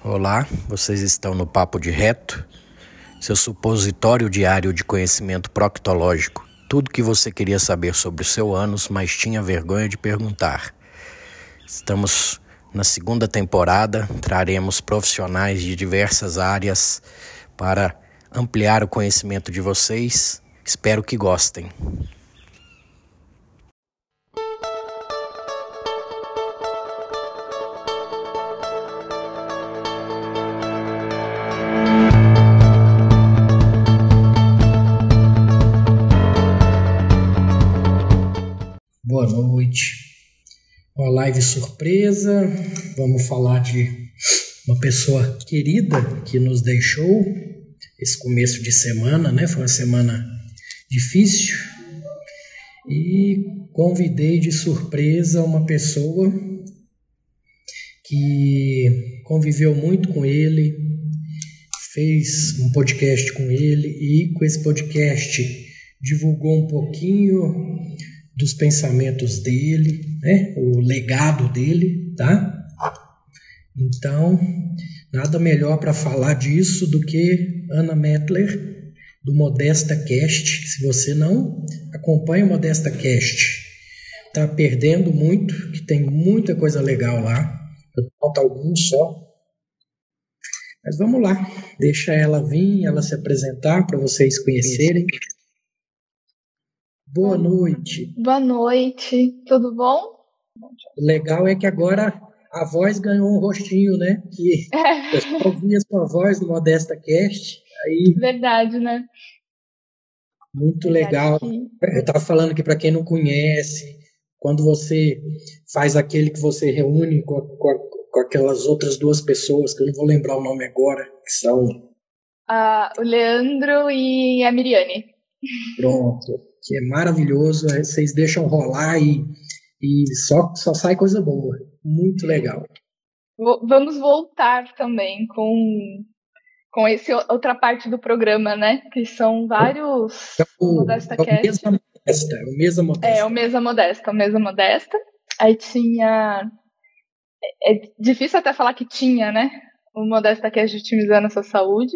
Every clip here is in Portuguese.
Olá, vocês estão no Papo de Reto, seu supositório diário de conhecimento proctológico. Tudo que você queria saber sobre o seu ânus, mas tinha vergonha de perguntar. Estamos na segunda temporada, traremos profissionais de diversas áreas para ampliar o conhecimento de vocês. Espero que gostem. Boa noite. Uma live surpresa. Vamos falar de uma pessoa querida que nos deixou esse começo de semana, né? Foi uma semana difícil. E convidei de surpresa uma pessoa que conviveu muito com ele, fez um podcast com ele e com esse podcast divulgou um pouquinho dos pensamentos dele, né? O legado dele, tá? Então, nada melhor para falar disso do que Ana Mettler, do Modesta Cast. Se você não acompanha o Modesta Cast, tá perdendo muito, que tem muita coisa legal lá. Falta alguns só. Mas vamos lá, deixa ela vir, ela se apresentar para vocês conhecerem. Boa noite. Boa noite, tudo bom? O legal é que agora a voz ganhou um rostinho, né? Que eu só ouvi a sua voz no Modesta Cast. Aí, verdade, né? Muito legal. Eu estava falando que para quem não conhece, quando você faz aquele que você reúne com aquelas outras duas pessoas, que eu não vou lembrar o nome agora, que são... o Leandro e a Miriane. Pronto. Que é maravilhoso, vocês deixam rolar e só sai coisa boa. Muito legal. Vamos voltar também com esse outra parte do programa, né? Que são vários Modesta Cast. O Mesa Modesta. O Mesa Modesta. Aí tinha... É difícil até falar que tinha, né? O Modesta Cast Otimizando a Sua Saúde.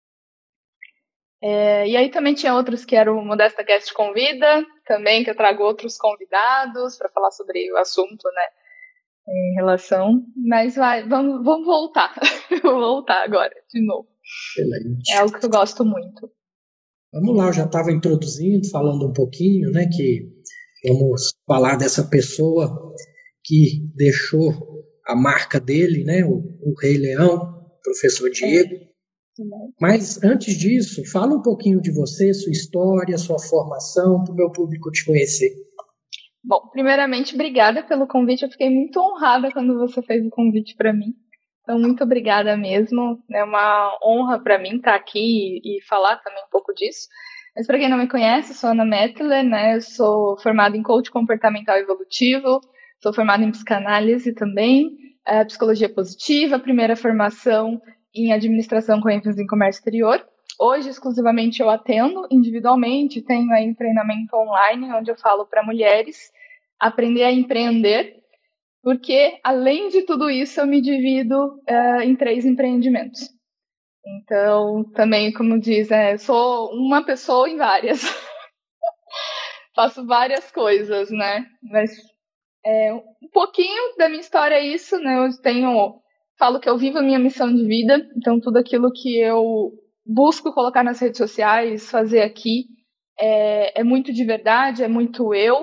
E aí também tinha outros que eram o Modesta Cast Convida, também, que eu trago outros convidados para falar sobre o assunto, né, em relação, mas vamos voltar, vou voltar agora, de novo. Excelente. É algo que eu gosto muito. Vamos lá, eu já estava introduzindo, falando um pouquinho, né, que vamos falar dessa pessoa que deixou a marca dele, né, o Rei Leão, professor Diego. Mas antes disso, fala um pouquinho de você, sua história, sua formação, para o meu público te conhecer. Bom, primeiramente, obrigada pelo convite. Eu fiquei muito honrada quando você fez o convite para mim. Então, muito obrigada mesmo. É uma honra para mim estar aqui e falar também um pouco disso. Mas para quem não me conhece, eu sou Ana Mettler, né? Eu sou formada em coach comportamental evolutivo, sou formada em psicanálise também, psicologia positiva, primeira formação em administração com ênfase em comércio exterior. Hoje, exclusivamente, eu atendo individualmente, tenho aí um treinamento online, onde eu falo para mulheres aprender a empreender, porque, além de tudo isso, eu me divido em 3 empreendimentos. Então, também, como diz, sou uma pessoa em várias. Faço várias coisas, né? Mas um pouquinho da minha história é isso, né? Falo que eu vivo a minha missão de vida, então tudo aquilo que eu busco colocar nas redes sociais, fazer aqui, é muito de verdade, é muito eu,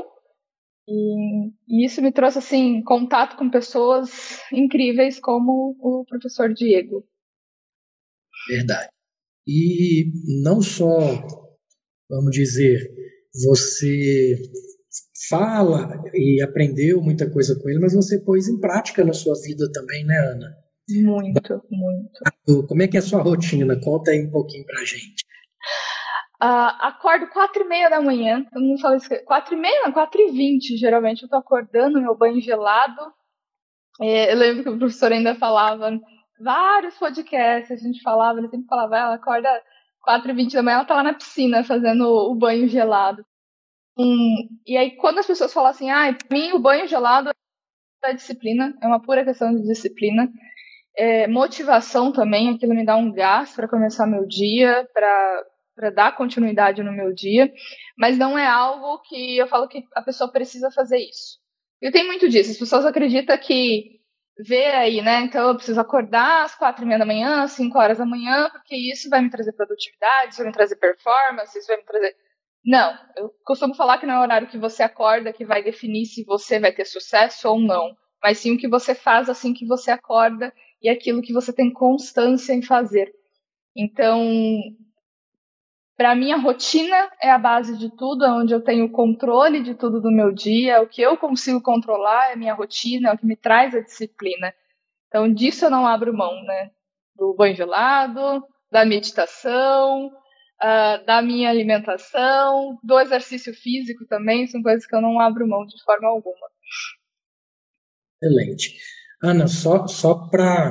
e isso me trouxe, assim, contato com pessoas incríveis como o professor Diego. Verdade. E não só, vamos dizer, você fala e aprendeu muita coisa com ele, mas você pôs em prática na sua vida também, né, Ana? Muito, muito. Como é que é a sua rotina? Conta aí um pouquinho pra gente. Acordo 4h30 da manhã, todo mundo fala isso, 4h30, 4h20, geralmente eu tô acordando, meu banho gelado. Eu lembro que o professor ainda falava, vários podcasts a gente falava, ele sempre falava, ela acorda 4h20 da manhã, ela tá lá na piscina fazendo o banho gelado. E aí quando as pessoas falam assim, pra mim o banho gelado é disciplina, é uma pura questão de disciplina. Motivação também, aquilo me dá um gás para começar meu dia, para dar continuidade no meu dia, mas não é algo que eu falo que a pessoa precisa fazer isso. Eu tenho muito disso, as pessoas acreditam que vê aí, né? Então eu preciso acordar às 4:30 da manhã, 5 horas da manhã, porque isso vai me trazer produtividade, isso vai me trazer performance, isso vai me trazer. Não, eu costumo falar que não é o horário que você acorda que vai definir se você vai ter sucesso ou não, mas sim o que você faz assim que você acorda e aquilo que você tem constância em fazer. Então, para mim, a rotina é a base de tudo, é onde eu tenho controle de tudo do meu dia, o que eu consigo controlar é a minha rotina, é o que me traz a disciplina. Então, disso eu não abro mão, né? Do banho gelado, da meditação, da minha alimentação, do exercício físico também, são coisas que eu não abro mão de forma alguma. Excelente. Ana, só para.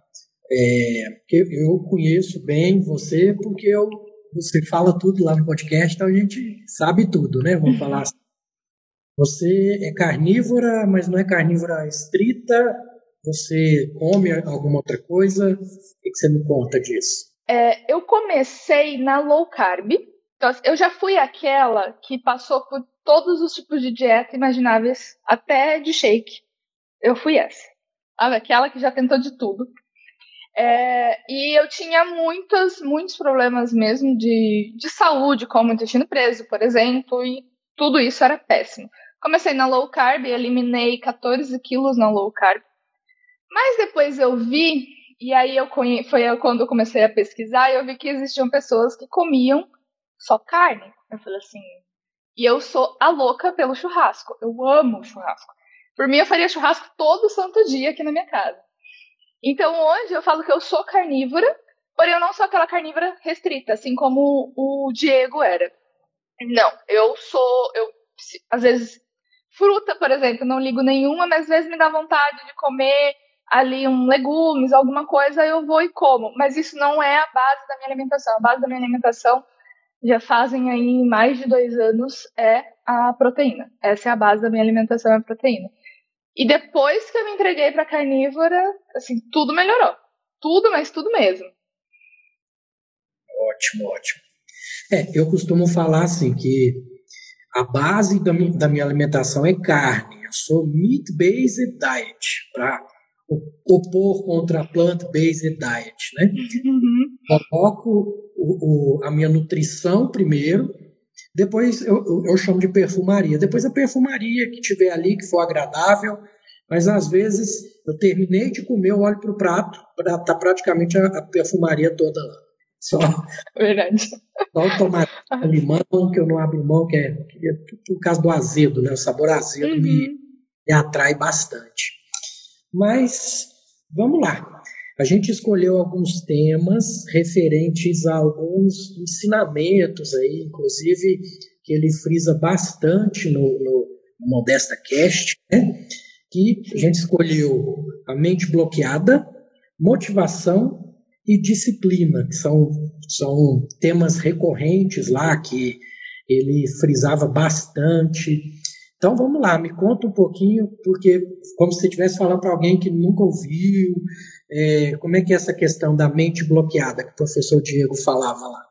Eu conheço bem você, porque você fala tudo lá no podcast, então a gente sabe tudo, né? Vamos falar assim. Você é carnívora, mas não é carnívora estrita. Você come alguma outra coisa? O que você me conta disso? Eu comecei na low carb. Então, eu já fui aquela que passou por todos os tipos de dieta imagináveis, até de shake. Eu fui essa. Aquela que já tentou de tudo. E eu tinha muitos problemas mesmo de saúde, como intestino preso, por exemplo, e tudo isso era péssimo. Comecei na low carb, eliminei 14 quilos na low carb. Mas depois eu vi, e aí foi quando eu comecei a pesquisar, e eu vi que existiam pessoas que comiam só carne. Eu falei assim, e eu sou a louca pelo churrasco, eu amo churrasco. Por mim, eu faria churrasco todo santo dia aqui na minha casa. Então, hoje eu falo que eu sou carnívora, porém eu não sou aquela carnívora restrita, assim como o Diego era. Não, às vezes, fruta, por exemplo, não ligo nenhuma, mas às vezes me dá vontade de comer ali legumes, alguma coisa, eu vou e como. Mas isso não é a base da minha alimentação. A base da minha alimentação, já fazem aí mais de 2 anos, é a proteína. Essa é a base da minha alimentação, é a proteína. E depois que eu me entreguei para carnívora, assim, tudo melhorou. Tudo, mas tudo mesmo. Ótimo, ótimo. Eu costumo falar assim que a base da minha alimentação é carne. Eu sou meat-based diet, para opor contra a plant-based diet, né? Uhum. Coloco a minha nutrição primeiro, depois eu chamo de perfumaria. Depois a perfumaria que tiver ali, que for agradável, mas às vezes eu terminei de comer, eu olho para o prato, tá praticamente a perfumaria toda lá. Verdade. Só o tomate, o limão, que eu não abro mão, que é por causa do azedo, né? O sabor azedo me atrai bastante. Mas vamos lá. A gente escolheu alguns temas referentes a alguns ensinamentos aí, inclusive que ele frisa bastante no Modesta Cast, né? Que a gente escolheu a mente bloqueada, motivação e disciplina, que são temas recorrentes lá que ele frisava bastante. Então vamos lá, me conta um pouquinho, porque como se você estivesse falando para alguém que nunca ouviu, como é que é essa questão da mente bloqueada que o professor Diego falava lá?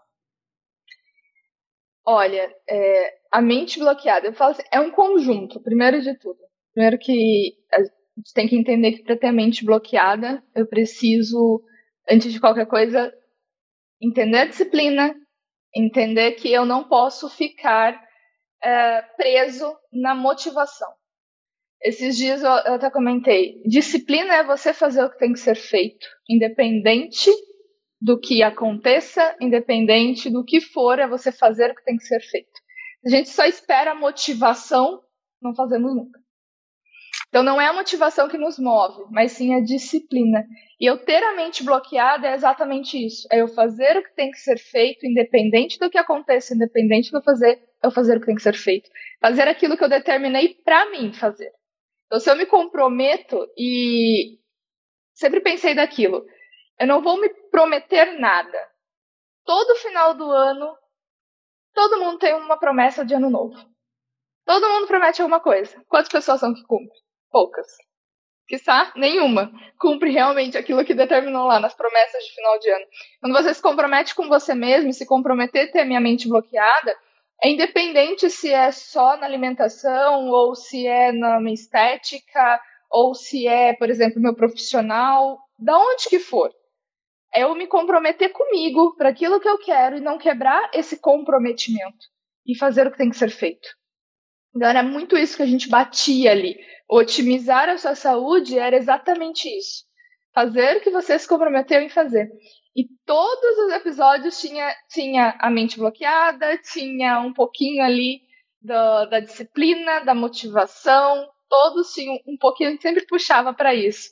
Olha, a mente bloqueada, eu falo assim, é um conjunto, primeiro de tudo. Primeiro que a gente tem que entender que para ter a mente bloqueada, eu preciso, antes de qualquer coisa, entender a disciplina, entender que eu não posso ficar preso na motivação. Esses dias eu até comentei, disciplina é você fazer o que tem que ser feito, independente do que aconteça, independente do que for, é você fazer o que tem que ser feito. Se a gente só espera a motivação, não fazemos nunca. Então não é a motivação que nos move, mas sim a disciplina. E eu ter a mente bloqueada é exatamente isso. É eu fazer o que tem que ser feito, independente do que aconteça, independente do que eu fazer, é eu fazer o que tem que ser feito. Fazer aquilo que eu determinei para mim fazer. Então se eu me comprometo e sempre pensei daquilo, eu não vou me prometer nada. Todo final do ano, todo mundo tem uma promessa de ano novo. Todo mundo promete alguma coisa. Quantas pessoas são que cumprem? Poucas. quiçá nenhuma, cumpre realmente aquilo que determinou lá nas promessas de final de ano. Quando você se compromete com você mesmo, se comprometer a ter a minha mente bloqueada, é independente se é só na alimentação, ou se é na minha estética, ou se é, por exemplo, meu profissional, da onde que for. É eu me comprometer comigo para aquilo que eu quero e não quebrar esse comprometimento e fazer o que tem que ser feito. Então era muito isso que a gente batia ali. Otimizar a sua saúde era exatamente isso. Fazer o que você se comprometeu em fazer. E todos os episódios tinha a mente bloqueada, tinha um pouquinho ali da disciplina, da motivação, todos tinham um pouquinho, a gente sempre puxava para isso.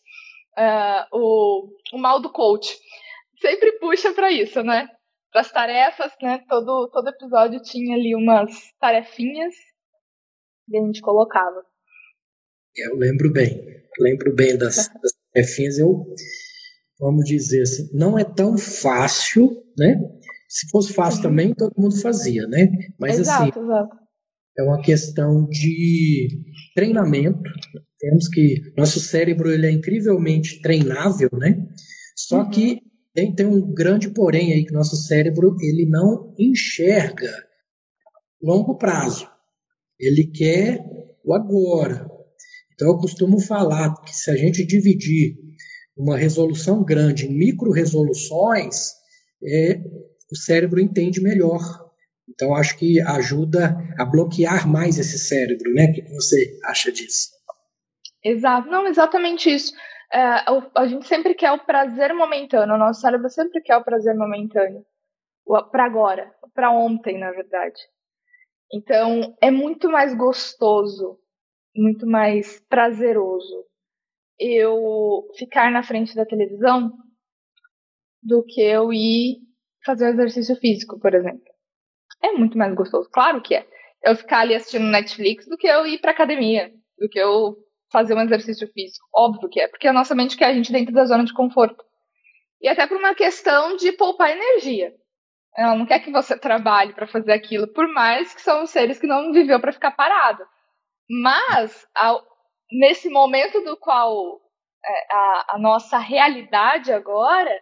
O mal do coach sempre puxa para isso, né? Para as tarefas, né? Todo episódio tinha ali umas tarefinhas que a gente colocava. Eu lembro bem das tarefinhas. Vamos dizer assim, não é tão fácil, né? Se fosse fácil também, todo mundo fazia, né? Mas exato. É uma questão de treinamento. Temos que nosso cérebro ele é incrivelmente treinável, né? Só que tem um grande porém aí que nosso cérebro ele não enxerga longo prazo. Ele quer o agora. Então eu costumo falar que se a gente dividir uma resolução grande em micro-resoluções, o cérebro entende melhor. Então acho que ajuda a bloquear mais esse cérebro, né? O que você acha disso? Exato, não, exatamente isso. A gente sempre quer o prazer momentâneo, o nosso cérebro sempre quer o prazer momentâneo. Para agora, para ontem, na verdade. Então, é muito mais gostoso, muito mais prazeroso eu ficar na frente da televisão do que eu ir fazer um exercício físico, por exemplo. É muito mais gostoso, claro que é. Eu ficar ali assistindo Netflix do que eu ir pra academia, do que eu fazer um exercício físico. Óbvio que é, porque a nossa mente quer a gente dentro da zona de conforto. E até por uma questão de poupar energia. Ela não quer que você trabalhe para fazer aquilo, por mais que são seres que não viveu para ficar parado. Mas, nesse momento do qual a nossa realidade agora,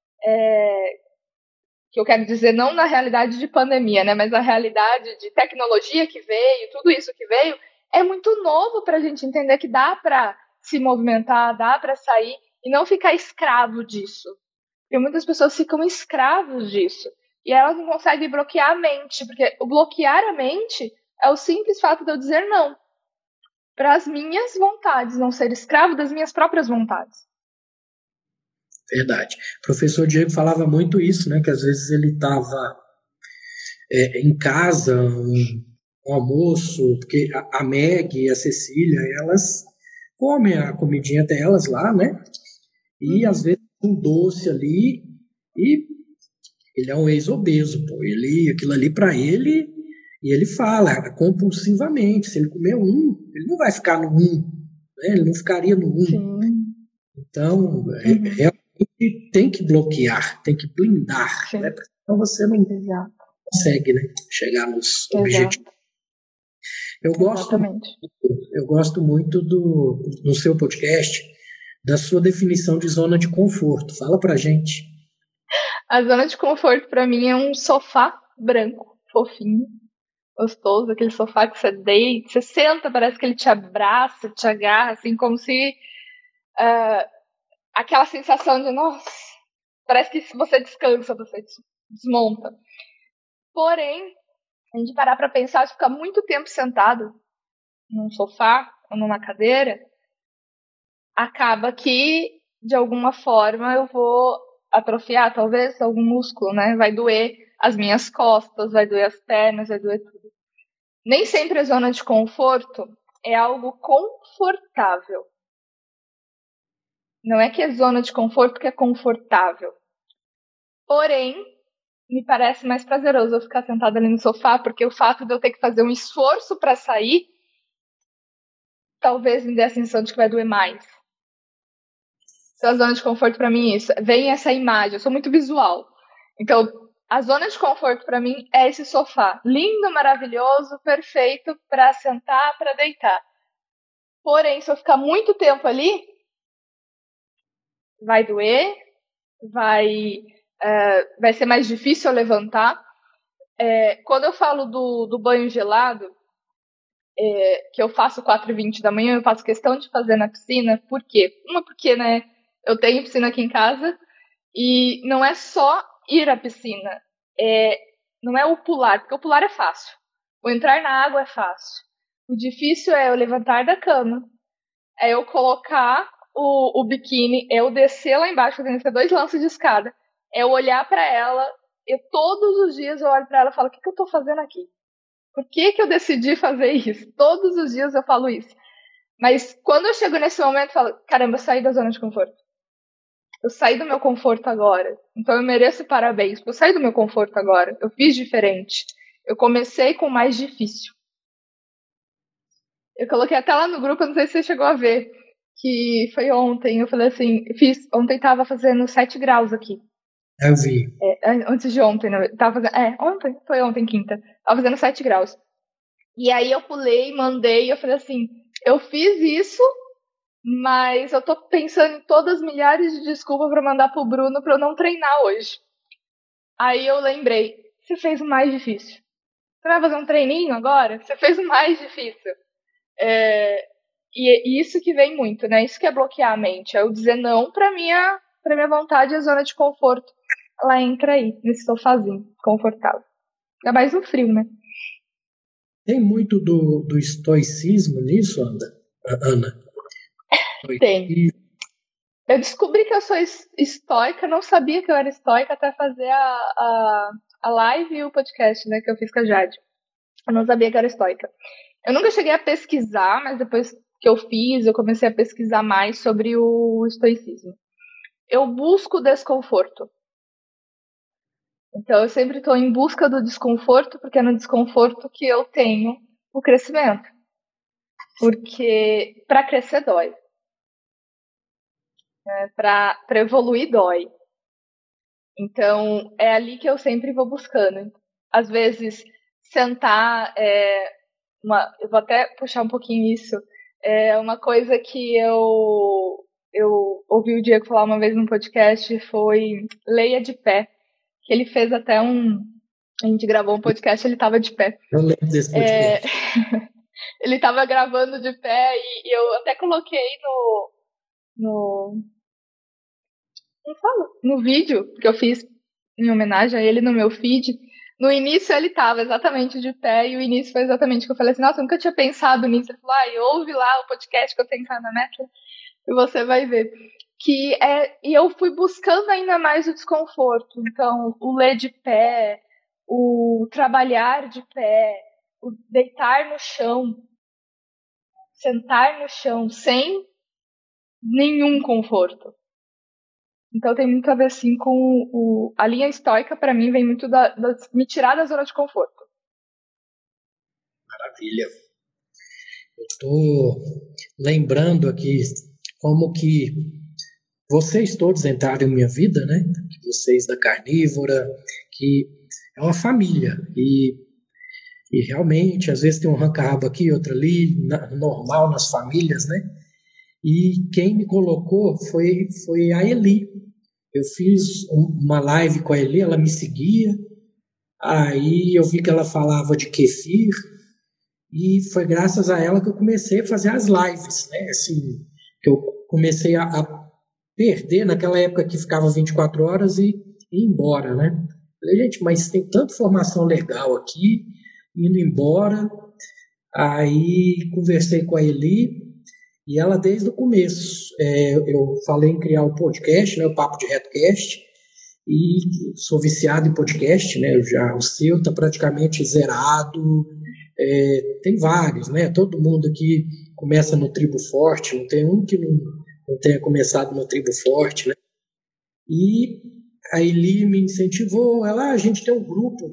que eu quero dizer não na realidade de pandemia, né, mas na realidade de tecnologia que veio, tudo isso que veio, é muito novo para a gente entender que dá para se movimentar, dá para sair e não ficar escravo disso. Porque muitas pessoas ficam escravos disso. E elas não conseguem bloquear a mente, porque o bloquear a mente é o simples fato de eu dizer não para as minhas vontades, não ser escravo das minhas próprias vontades. Verdade. O professor Diego falava muito isso, né? Que às vezes ele estava em casa, um almoço, porque a Meg e a Cecília, elas comem a comidinha delas lá, né? E às vezes um doce ali, e ele é um ex-obeso, pô. Aquilo ali para ele, e ele fala compulsivamente, se ele comer ele não vai ficar no né? Ele não ficaria no Sim. Então, realmente tem que bloquear, tem que blindar, né? Porque senão você não consegue, né, chegar nos objetivos. Eu gosto muito no seu podcast da sua definição de zona de conforto. Fala pra gente. A zona de conforto para mim é um sofá branco, fofinho, gostoso, aquele sofá que você deita, você senta, parece que ele te abraça, te agarra, assim, como se aquela sensação de, nossa, parece que se você descansa, você desmonta. Porém, a gente parar para pensar, se ficar muito tempo sentado num sofá ou numa cadeira, acaba que, de alguma forma, eu vou atrofiar, talvez, algum músculo, né? Vai doer as minhas costas, vai doer as pernas, vai doer tudo. Nem sempre a zona de conforto é algo confortável. Não é que é zona de conforto que é confortável. Porém, me parece mais prazeroso eu ficar sentada ali no sofá, porque o fato de eu ter que fazer um esforço para sair, talvez me dê a sensação de que vai doer mais. Então, a zona de conforto para mim é isso. Vem essa imagem, eu sou muito visual. Então, a zona de conforto para mim é esse sofá. Lindo, maravilhoso, perfeito para sentar, para deitar. Porém, se eu ficar muito tempo ali, vai doer, vai ser mais difícil eu levantar. Quando eu falo do banho gelado, que eu faço 4h20 da manhã, eu faço questão de fazer na piscina. Por quê? Porque, né, eu tenho piscina aqui em casa e não é só ir à piscina, não é o pular, porque o pular é fácil, o entrar na água é fácil. O difícil é eu levantar da cama, é eu colocar o biquíni, é eu descer lá embaixo, tem que ser 2 lances de escada, é eu olhar pra ela, todos os dias eu olho pra ela e falo, o que eu tô fazendo aqui? Por que eu decidi fazer isso? Todos os dias eu falo isso. Mas quando eu chego nesse momento, eu falo, caramba, eu saí da zona de conforto. Eu saí do meu conforto agora. Então eu mereço parabéns, porque eu saí do meu conforto agora. Eu fiz diferente. Eu comecei com o mais difícil. Eu coloquei até lá no grupo, não sei se você chegou a ver, que foi ontem. Eu falei assim, ontem tava fazendo 7 graus aqui. Eu vi. Antes de ontem, né? Tava fazendo, foi ontem, quinta. Tava fazendo 7 graus. E aí eu pulei, mandei, eu falei assim, eu fiz isso, mas eu tô pensando em todas as milhares de desculpas pra mandar pro Bruno pra eu não treinar hoje. Aí eu lembrei, você fez o mais difícil. Você vai fazer um treininho agora? Você fez o mais difícil. E isso que vem muito, né? Isso que é bloquear a mente. É eu dizer não pra minha vontade e a zona de conforto. Ela entra aí, nesse sofazinho, confortável. Ainda mais no frio, né? Tem muito do estoicismo nisso, Ana? Tem. Eu descobri que eu sou estoica, não sabia que eu era estoica até fazer a live e o podcast, né, que eu fiz com a Jade. Eu não sabia que eu era estoica. Eu nunca cheguei a pesquisar, mas depois que eu fiz, eu comecei a pesquisar mais sobre o estoicismo. Eu busco desconforto. Então eu sempre estou em busca do desconforto, porque é no desconforto que eu tenho o crescimento. Porque para crescer dói. Para evoluir dói. Então, é ali que eu sempre vou buscando. Às vezes, sentar, eu vou até puxar um pouquinho isso, uma coisa que eu ouvi o Diego falar uma vez num podcast, foi leia de pé, que ele fez até a gente gravou um podcast, ele estava de pé. Eu lembro desse podcast. Ele estava gravando de pé e eu até coloquei no vídeo que eu fiz em homenagem a ele no meu feed. No início ele estava exatamente de pé e o início foi exatamente o que eu falei assim, nossa, eu nunca tinha pensado nisso. Ele falou, ouve lá o podcast que eu tenho na Metla e você vai ver. E eu fui buscando ainda mais o desconforto. Então, o ler de pé, o trabalhar de pé, o deitar no chão, sentar no chão sem nenhum conforto. Então tem muito a ver assim com a linha estoica, para mim vem muito me tirar da zona de conforto. Maravilha. Eu estou lembrando aqui como que vocês todos entraram em minha vida, né? Vocês da Carnívora, que é uma família e realmente às vezes tem um arranca-rabo aqui, outro ali, normal nas famílias, né? E quem me colocou foi a Eli. Eu fiz uma live com a Eli, ela me seguia, aí eu vi que ela falava de kefir, e foi graças a ela que eu comecei a fazer as lives, né? Assim, que eu comecei a perder, naquela época que ficava 24 horas e ir embora, né? Falei, gente, mas tem tanta formação legal aqui, indo embora. Aí conversei com a Eli, e ela desde o começo, eu falei em criar o podcast, né, o Papo de Retocast, e sou viciado em podcast, né, o seu está praticamente zerado, tem vários, né, todo mundo aqui começa no Tribo Forte, não tem um que não tenha começado no Tribo Forte, né, e a Eli me incentivou, a gente tem um grupo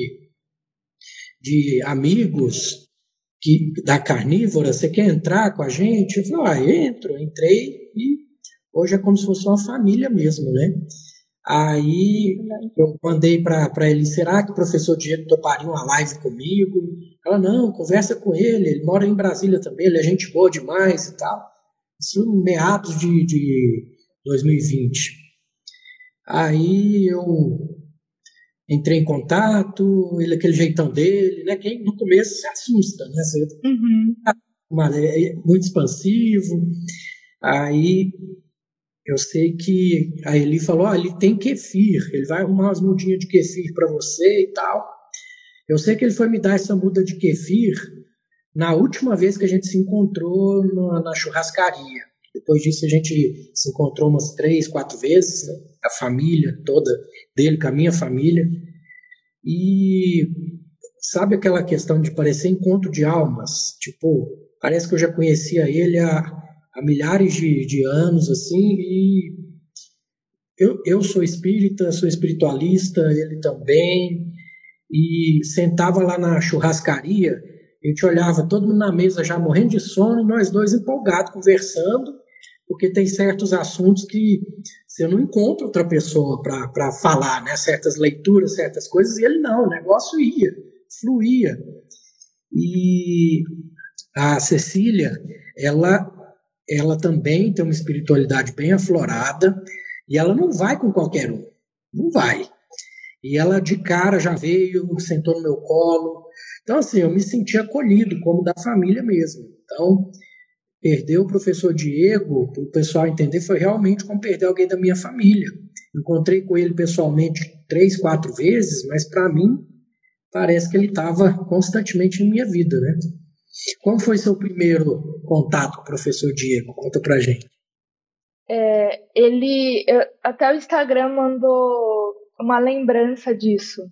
de amigos da Carnívora, você quer entrar com a gente? Eu falei, entrei e hoje é como se fosse uma família mesmo, né? Aí eu mandei para ele, será que o professor Diego toparia uma live comigo? Ela, não, conversa com ele mora em Brasília também, ele é gente boa demais e tal. Isso meados 2020. Aí eu entrei em contato, ele aquele jeitão dele, né? Quem no começo se assusta, né? Mas é muito expansivo. Aí eu sei que a Eli falou, ele tem kefir, ele vai arrumar umas mudinhas de kefir para você e tal. Eu sei que ele foi me dar essa muda de kefir na última vez que a gente se encontrou na churrascaria. Depois disso a gente se encontrou umas 3, 4 vezes, né? A família toda dele, com a minha família. E sabe aquela questão de parecer encontro de almas? Tipo, parece que eu já conhecia ele há milhares de anos, assim, e eu sou espírita, sou espiritualista, ele também, e sentava lá na churrascaria, a gente olhava todo mundo na mesa já morrendo de sono, e nós dois empolgados, conversando, porque tem certos assuntos que você não encontra outra pessoa para falar, né? Certas leituras, certas coisas, e ele não, o negócio ia, fluía. E a Cecília, ela também tem uma espiritualidade bem aflorada, e ela não vai com qualquer um, não vai. E ela de cara já veio, sentou no meu colo. Então, assim, eu me senti acolhido, como da família mesmo. Então, perder o professor Diego, para o pessoal entender, foi realmente como perder alguém da minha família. Encontrei com ele pessoalmente 3, 4 vezes, mas para mim, parece que ele estava constantemente em minha vida, né? Como foi seu primeiro contato com o professor Diego? Conta pra gente. Até o Instagram mandou uma lembrança disso.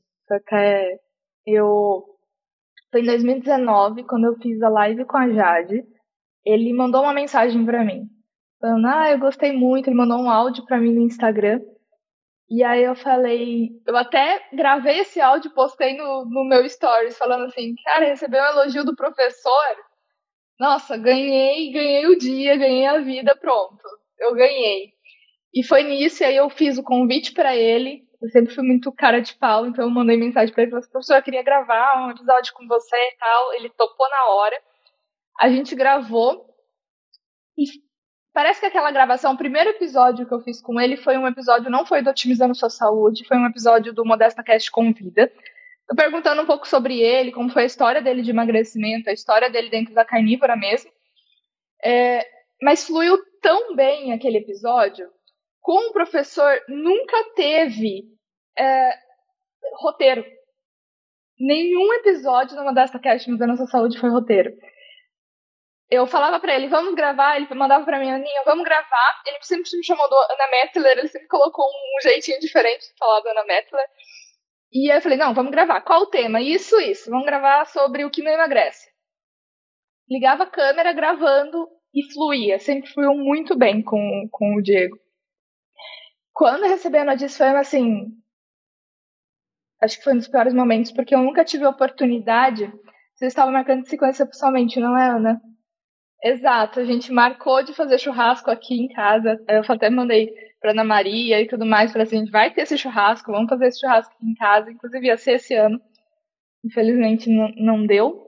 Foi em 2019, quando eu fiz a live com a Jade, ele mandou uma mensagem pra mim, falando, eu gostei muito, ele mandou um áudio pra mim no Instagram, e aí eu até gravei esse áudio e postei no meu stories, falando assim, cara, recebi um elogio do professor, nossa, ganhei o dia, ganhei a vida, pronto, eu ganhei. E foi nisso, e aí eu fiz o convite pra ele, eu sempre fui muito cara de pau, então eu mandei mensagem pra ele, falei, professor, eu queria gravar um episódio com você e tal, ele topou na hora, a gente gravou, e parece que aquela gravação, o primeiro episódio que eu fiz com ele foi um episódio, não foi do Otimizando Sua Saúde, foi um episódio do Modesta Cast Convida, eu perguntando um pouco sobre ele, como foi a história dele de emagrecimento, a história dele dentro da carnívora mesmo, mas fluiu tão bem aquele episódio, com o professor nunca teve roteiro. Nenhum episódio do Modesta Cast Otimizando Sua Saúde foi roteiro. Eu falava pra ele, vamos gravar, ele mandava pra mim, Aninha, vamos gravar. Ele sempre me chamou do Ana Mettler, ele sempre colocou um jeitinho diferente de falar da Ana Mettler. E aí eu falei, não, vamos gravar. Qual o tema? Isso. Vamos gravar sobre o que não emagrece. Ligava a câmera, gravando e fluía. Sempre fluiu muito bem com o Diego. Quando eu recebi a notícia, foi assim, acho que foi um dos piores momentos, porque eu nunca tive a oportunidade. Vocês estavam marcando de se conhecer pessoalmente, não é, Ana? Exato, a gente marcou de fazer churrasco aqui em casa. Eu até mandei pra Ana Maria e tudo mais, falei assim, a gente vai ter esse churrasco, vamos fazer esse churrasco aqui em casa. Inclusive ia ser esse ano, infelizmente não deu.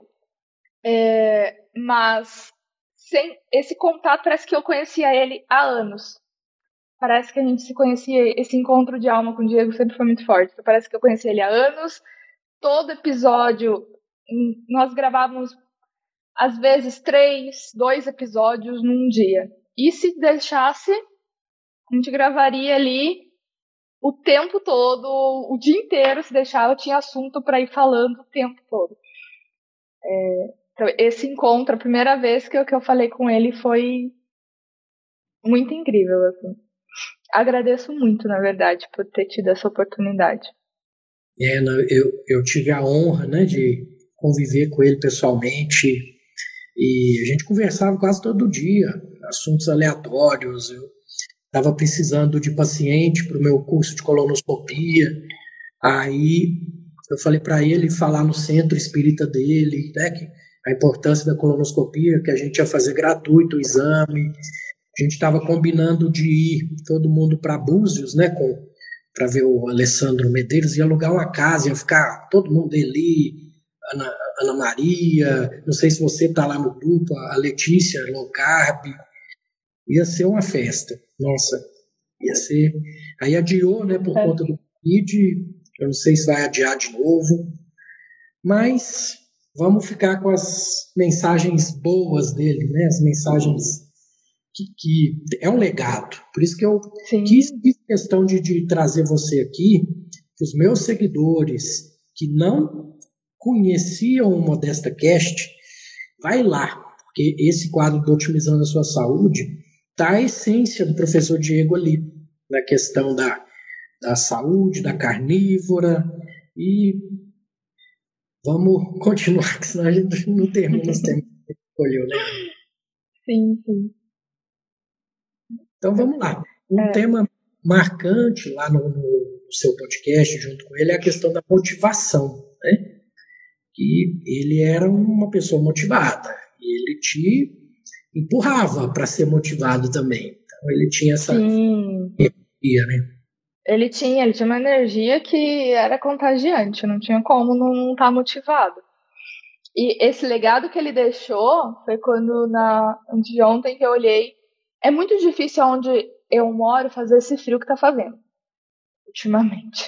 Mas sem esse contato, parece que eu conhecia ele há anos. Parece que a gente se conhecia, esse encontro de alma com o Diego sempre foi muito forte. Então, parece que eu conhecia ele há anos. Todo episódio, nós gravávamos, às vezes, 2 episódios num dia. E se deixasse, a gente gravaria ali o tempo todo, o dia inteiro, se deixar, eu tinha assunto para ir falando o tempo todo. Então, esse encontro, a primeira vez que eu falei com ele foi muito incrível, assim. Agradeço muito, na verdade, por ter tido essa oportunidade. Eu tive a honra, né, de conviver com ele pessoalmente e a gente conversava quase todo dia, assuntos aleatórios. Eu estava precisando de paciente para o meu curso de colonoscopia, aí eu falei para ele falar no centro espírita dele, né, que a importância da colonoscopia, que a gente ia fazer gratuito o exame. A gente estava combinando de ir todo mundo para Búzios, né, para ver o Alessandro Medeiros, ia alugar uma casa, ia ficar todo mundo ali, Ana Maria, não sei se você está lá no grupo, a Letícia, Low Carb, ia ser uma festa, nossa. Ia ser. Aí adiou, né, por conta do Covid. Eu não sei se vai adiar de novo. Mas vamos ficar com as mensagens boas dele, né? As mensagens que é um legado. Por isso que eu fiz questão de trazer você aqui, para os meus seguidores que não conheciam o Modesta Cast, vai lá, porque esse quadro do Otimizando a Sua Saúde está a essência do professor Diego ali, na questão da saúde, da carnívora, e vamos continuar, que senão a gente não termina os temas que escolheu, né? Sim, sim. Então vamos lá. Um tema marcante lá no seu podcast, junto com ele, é a questão da motivação, né? Que ele era uma pessoa motivada e ele te empurrava para ser motivado também. Então ele tinha essa energia, né? Ele tinha uma energia que era contagiante, não tinha como não estar motivado. E esse legado que ele deixou foi quando, antes de ontem, que eu olhei. É muito difícil onde eu moro fazer esse frio que tá fazendo, ultimamente.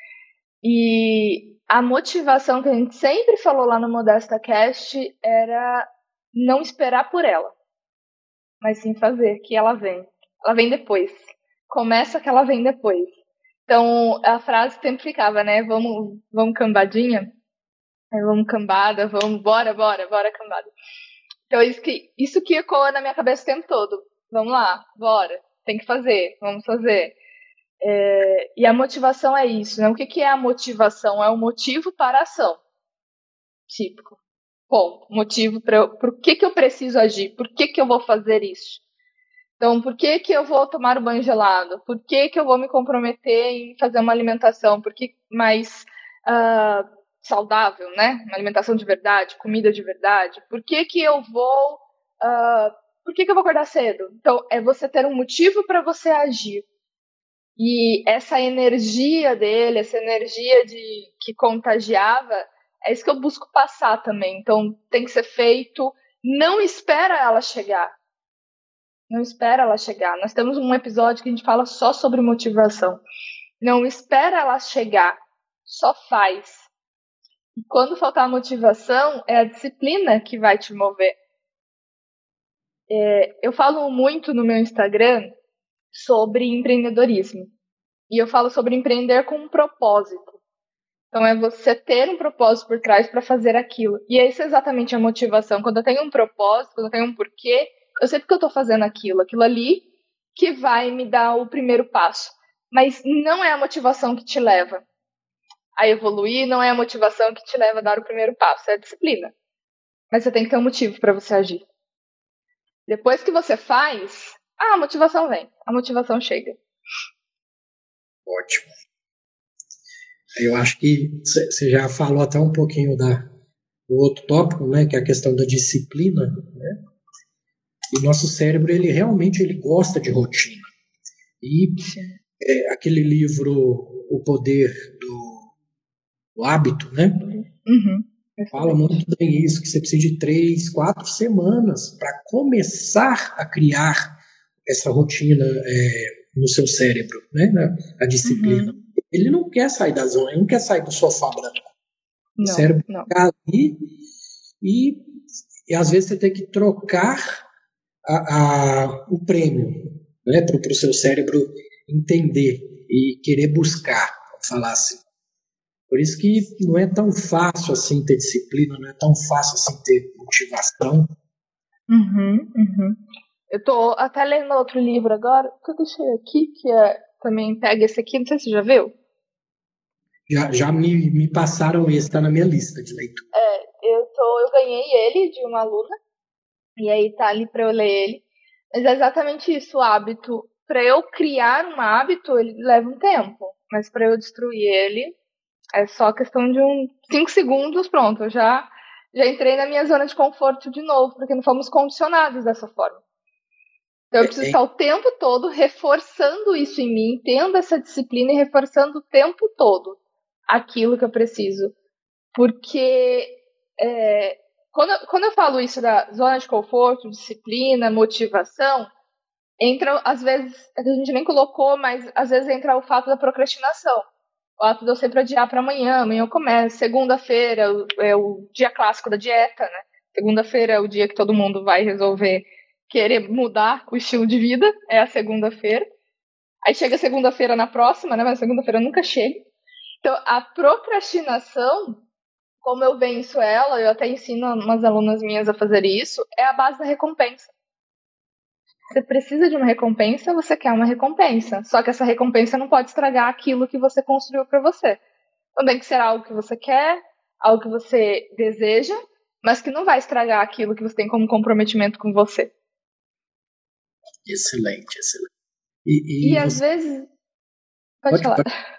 E a motivação que a gente sempre falou lá no Modesta Cast era não esperar por ela, mas sim fazer, que ela vem. Ela vem depois. Começa que ela vem depois. Então, a frase sempre ficava, né? Vamos cambadinha? Vamos cambada, bora cambada. Então, isso que ecoa na minha cabeça o tempo todo. Vamos lá, bora, tem que fazer, vamos fazer. E a motivação é isso, né? O que é a motivação? É o motivo para a ação. Típico. Ponto. Motivo por que eu preciso agir? Por que eu vou fazer isso? Então, por que eu vou tomar o banho gelado? Por que eu vou me comprometer em fazer uma alimentação? Mais saudável, né? Uma alimentação de verdade, comida de verdade. Por que eu vou... por que eu vou acordar cedo? Então, é você ter um motivo para você agir. E essa energia dele, essa energia que contagiava, é isso que eu busco passar também. Então, tem que ser feito. Não espera ela chegar. Não espera ela chegar. Nós temos um episódio que a gente fala só sobre motivação. Não espera ela chegar. Só faz. E quando faltar a motivação, é a disciplina que vai te mover. Eu falo muito no meu Instagram sobre empreendedorismo. E eu falo sobre empreender com um propósito. Então, é você ter um propósito por trás para fazer aquilo. E essa é exatamente a motivação. Quando eu tenho um propósito, quando eu tenho um porquê, eu sei porque eu estou fazendo aquilo. Aquilo ali que vai me dar o primeiro passo. Mas não é a motivação que te leva a evoluir, não é a motivação que te leva a dar o primeiro passo. É a disciplina. Mas você tem que ter um motivo para você agir. Depois que você faz, a motivação vem. A motivação chega. Ótimo. Eu acho que você já falou até um pouquinho do outro tópico, né, que é a questão da disciplina, né? E o nosso cérebro, ele realmente gosta de rotina. E aquele livro, O Poder do Hábito, né? Uhum. Fala muito bem isso, que você precisa de 3, 4 semanas para começar a criar essa rotina no seu cérebro, né? A disciplina. Uhum. Ele não quer sair da zona, ele não quer sair do sofá branco. O cérebro fica ali e às vezes você tem que trocar o prêmio, né, para o seu cérebro entender e querer buscar, vamos falar assim. Por isso que não é tão fácil assim ter disciplina, não é tão fácil assim ter motivação. Uhum. Eu tô até lendo outro livro agora, que eu deixei aqui, que também pega esse aqui, não sei se você já viu. Já me passaram esse, tá na minha lista de leitura. Eu ganhei ele de uma aluna, e aí tá ali pra eu ler ele. Mas é exatamente isso, o hábito. Pra eu criar um hábito, ele leva um tempo. Mas pra eu destruir ele, é só questão de 5 segundos, pronto. Eu já entrei na minha zona de conforto de novo, porque não fomos condicionados dessa forma. Então eu preciso estar o tempo todo reforçando isso em mim, tendo essa disciplina e reforçando o tempo todo aquilo que eu preciso. Porque quando eu falo isso da zona de conforto, disciplina, motivação, entra, às vezes, a gente nem colocou, mas às vezes entra o fato da procrastinação. O fato de eu sempre adiar para amanhã eu começo. Segunda-feira é o dia clássico da dieta, né? Segunda-feira é o dia que todo mundo vai resolver querer mudar o estilo de vida, é a segunda-feira. Aí chega segunda-feira na próxima, né? Mas segunda-feira nunca chega. Então, a procrastinação, como eu venço ela, eu até ensino umas alunas minhas a fazer isso, é a base da recompensa. Você precisa de uma recompensa, você quer uma recompensa. Só que essa recompensa não pode estragar aquilo que você construiu para você. Então tem que ser algo que você quer, algo que você deseja, mas que não vai estragar aquilo que você tem como comprometimento com você. Excelente, excelente. E às vezes... Pode falar.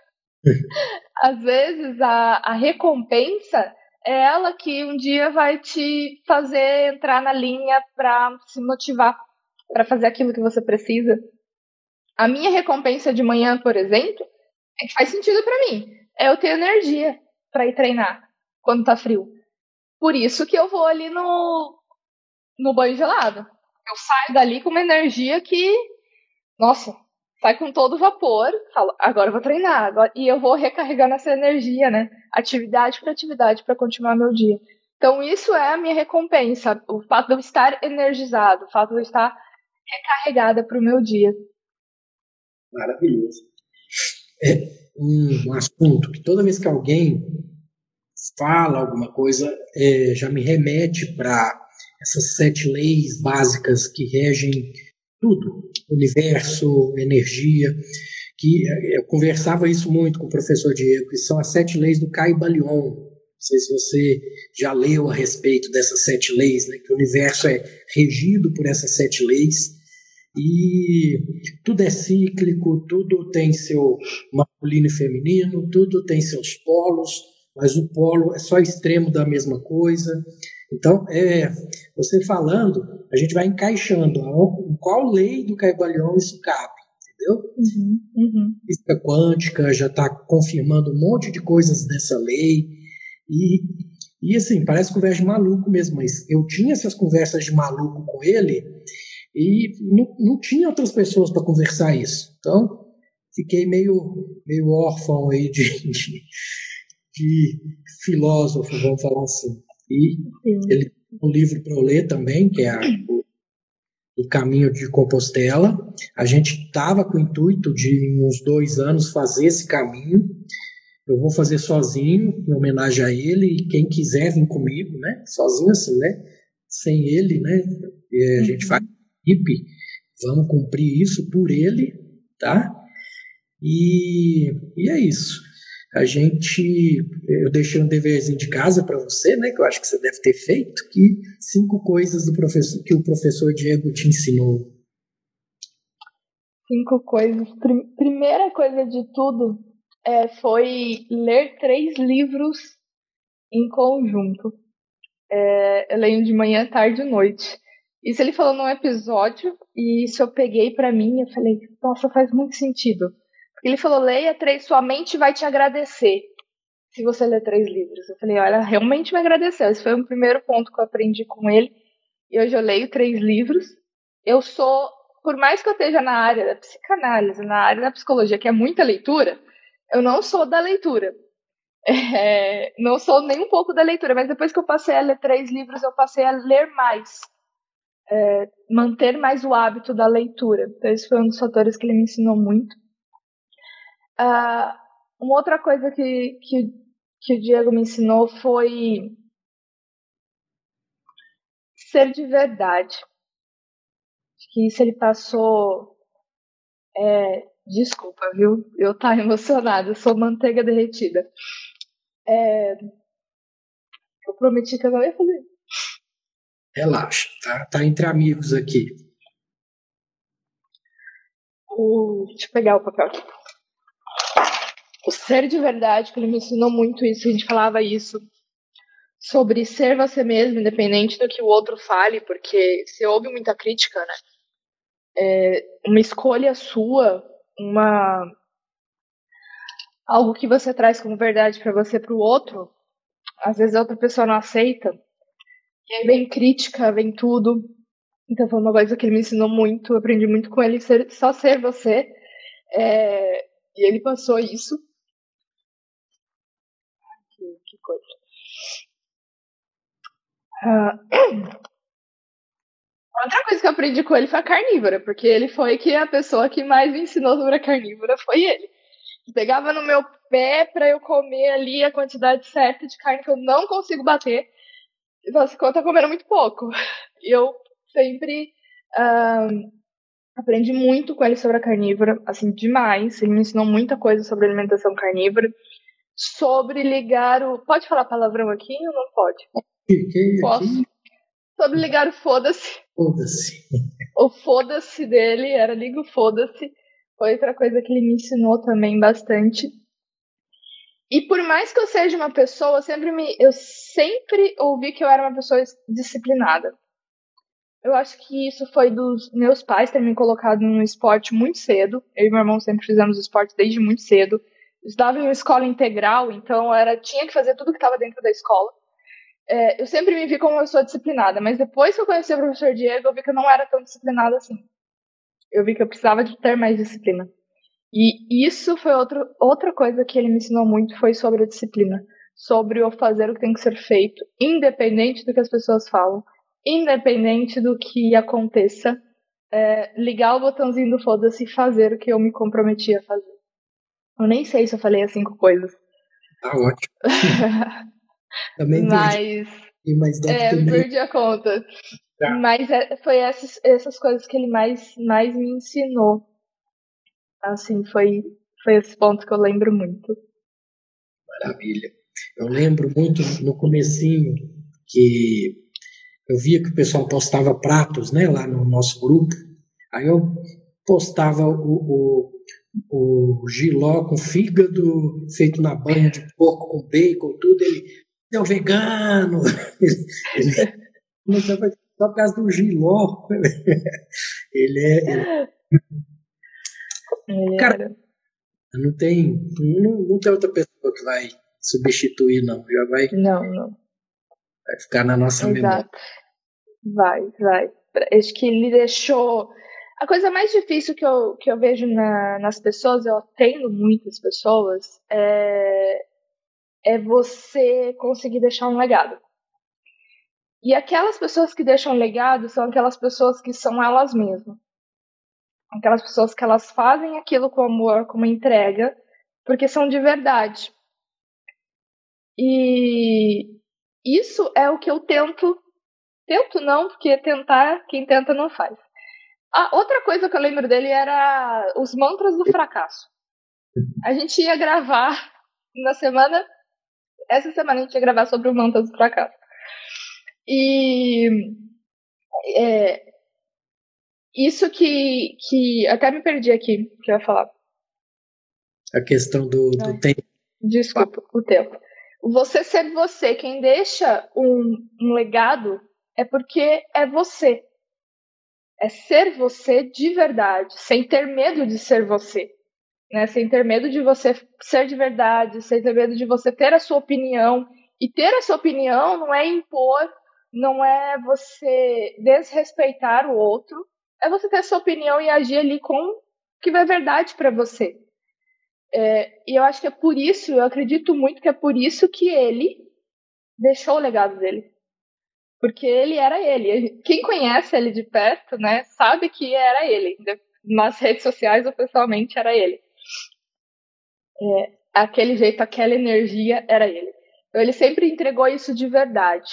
Às vezes a recompensa é ela que um dia vai te fazer entrar na linha para se motivar para fazer aquilo que você precisa. A minha recompensa de manhã, por exemplo, é que faz sentido para mim. É eu ter energia para ir treinar quando tá frio. Por isso que eu vou ali no banho gelado. Eu saio dali com uma energia que, nossa, sai com todo vapor, falo, agora eu vou treinar. Agora... E eu vou recarregando essa energia, né? Atividade por atividade para continuar meu dia. Então isso é a minha recompensa. O fato de eu estar energizado, o fato de eu estar recarregada para o meu dia. Maravilhoso. É um assunto que toda vez que alguém fala alguma coisa, já me remete para essas 7 leis básicas que regem tudo, universo, energia, que eu conversava isso muito com o professor Diego, que são as 7 leis do Caibalion. Não sei se você já leu a respeito dessas 7 leis, né? Que o universo é regido por essas 7 leis, e tudo é cíclico, tudo tem seu masculino e feminino, tudo tem seus polos, mas o polo é só extremo da mesma coisa. Então, você falando, a gente vai encaixando em qual lei do Caibalion isso cabe, entendeu? Física quântica já está confirmando um monte de coisas dessa lei, e assim, parece conversa de maluco mesmo, mas eu tinha essas conversas de maluco com ele, e não tinha outras pessoas para conversar isso. Então, fiquei meio órfão aí de filósofo, vamos falar assim. E ele tem um livro para eu ler também, que é O Caminho de Compostela. A gente estava com o intuito de, em uns 2 anos, fazer esse caminho. Eu vou fazer sozinho, em homenagem a ele, e quem quiser vir comigo, né? Sozinho assim, né? Sem ele, né? A gente faz equipe, vamos cumprir isso por ele, tá? E é isso. Eu deixei um deverzinho de casa para você, né? Que eu acho que você deve ter feito, que 5 coisas que o professor Diego te ensinou. 5 coisas. Primeira coisa de tudo foi ler 3 livros em conjunto. Eu leio de manhã, tarde e noite. Isso ele falou num episódio, e isso eu peguei pra mim, eu falei, nossa, faz muito sentido. Porque ele falou, leia 3, sua mente vai te agradecer se você ler 3 livros. Eu falei, olha, realmente me agradeceu. Esse foi o primeiro ponto que eu aprendi com ele. E hoje eu leio 3 livros. Eu sou, por mais que eu esteja na área da psicanálise, na área da psicologia, que é muita leitura, eu não sou da leitura. Não sou nem um pouco da leitura, mas depois que eu passei a ler 3 livros, eu passei a ler mais. Manter mais o hábito da leitura. Então, esse foi um dos fatores que ele me ensinou muito. Uma outra coisa que o Diego me ensinou foi ser de verdade. Acho que isso ele passou... Desculpa, viu? Eu tava emocionada, eu sou manteiga derretida. Eu prometi que eu não ia fazer isso. Relaxa, tá entre amigos aqui. Deixa eu pegar o papel aqui. O ser de verdade, que ele me ensinou muito isso, a gente falava isso, sobre ser você mesmo, independente do que o outro fale, porque você ouve muita crítica, né? Uma escolha sua, algo que você traz como verdade para você, para o outro, às vezes a outra pessoa não aceita, e aí vem crítica, vem tudo. Então foi uma coisa que ele me ensinou muito, eu aprendi muito com ele, só ser você. E ele passou isso. Que coisa. Outra coisa que eu aprendi com ele foi a carnívora, porque ele foi que a pessoa que mais me ensinou sobre a carnívora foi ele. Pegava no meu pé pra eu comer ali a quantidade certa de carne que eu não consigo bater. E falava assim, eu tô comendo muito pouco. E eu sempre aprendi muito com ele sobre a carnívora, assim, demais. Ele me ensinou muita coisa sobre alimentação carnívora. Sobre ligar o... Pode falar palavrão aqui ou não pode? Posso. Sobre ligar o foda-se. Foda-se. O foda-se dele era liga o foda-se. Foi outra coisa que ele me ensinou também bastante. E por mais que eu seja uma pessoa, eu sempre ouvi que eu era uma pessoa disciplinada. Eu acho que isso foi dos meus pais terem me colocado no esporte muito cedo. Eu e meu irmão sempre fizemos esporte desde muito cedo. Estudava em uma escola integral, então tinha que fazer tudo que estava dentro da escola. Eu sempre me vi como uma pessoa disciplinada, mas depois que eu conheci o professor Diego, eu vi que eu não era tão disciplinada assim. Eu vi que eu precisava de ter mais disciplina. E isso foi outra coisa que ele me ensinou muito, foi sobre a disciplina. Sobre eu fazer o que tem que ser feito, independente do que as pessoas falam, independente do que aconteça, ligar o botãozinho do foda-se e fazer o que eu me comprometi a fazer. Eu nem sei se eu falei as 5 coisas. Tá ótimo. Também me perdi a conta. Tá. Mas foi essas coisas que ele mais me ensinou. Assim, foi esse ponto que eu lembro muito. Maravilha. Eu lembro muito no comecinho que eu via que o pessoal postava pratos, né, lá no nosso grupo. Aí eu postava o jiló com fígado feito na banha de porco com bacon, tudo. Ele é um vegano. Ele começou a fazer só por causa do jiló. Cara, não tem outra pessoa que vai substituir, não. Já vai. Não. Vai ficar na nossa memória. Vai. Acho que ele deixou. A coisa mais difícil que eu vejo nas pessoas, eu atendo muitas pessoas, é você conseguir deixar um legado. E aquelas pessoas que deixam legado são aquelas pessoas que são elas mesmas. Aquelas pessoas que elas fazem aquilo com amor, com uma entrega, porque são de verdade. E isso é o que eu tento não, porque quem tenta não faz. A outra coisa que eu lembro dele era os mantras do fracasso. A gente ia gravar essa semana a gente ia gravar sobre o mantras do fracasso. E isso que até me perdi aqui, que eu ia falar. A questão do tempo. Desculpa, o tempo. Você ser você, quem deixa um legado é porque é você. É ser você de verdade, sem ter medo de ser você. Né? Sem ter medo de você ser de verdade, sem ter medo de você ter a sua opinião. E ter a sua opinião não é impor, não é você desrespeitar o outro, é você ter a sua opinião e agir ali com o que é verdade para você. E eu acho que é por isso, eu acredito muito que é por isso que ele deixou o legado dele. Porque ele era ele. Quem conhece ele de perto, né, sabe que era ele. Nas redes sociais ou pessoalmente era ele. Aquele jeito, aquela energia era ele. Então ele sempre entregou isso de verdade.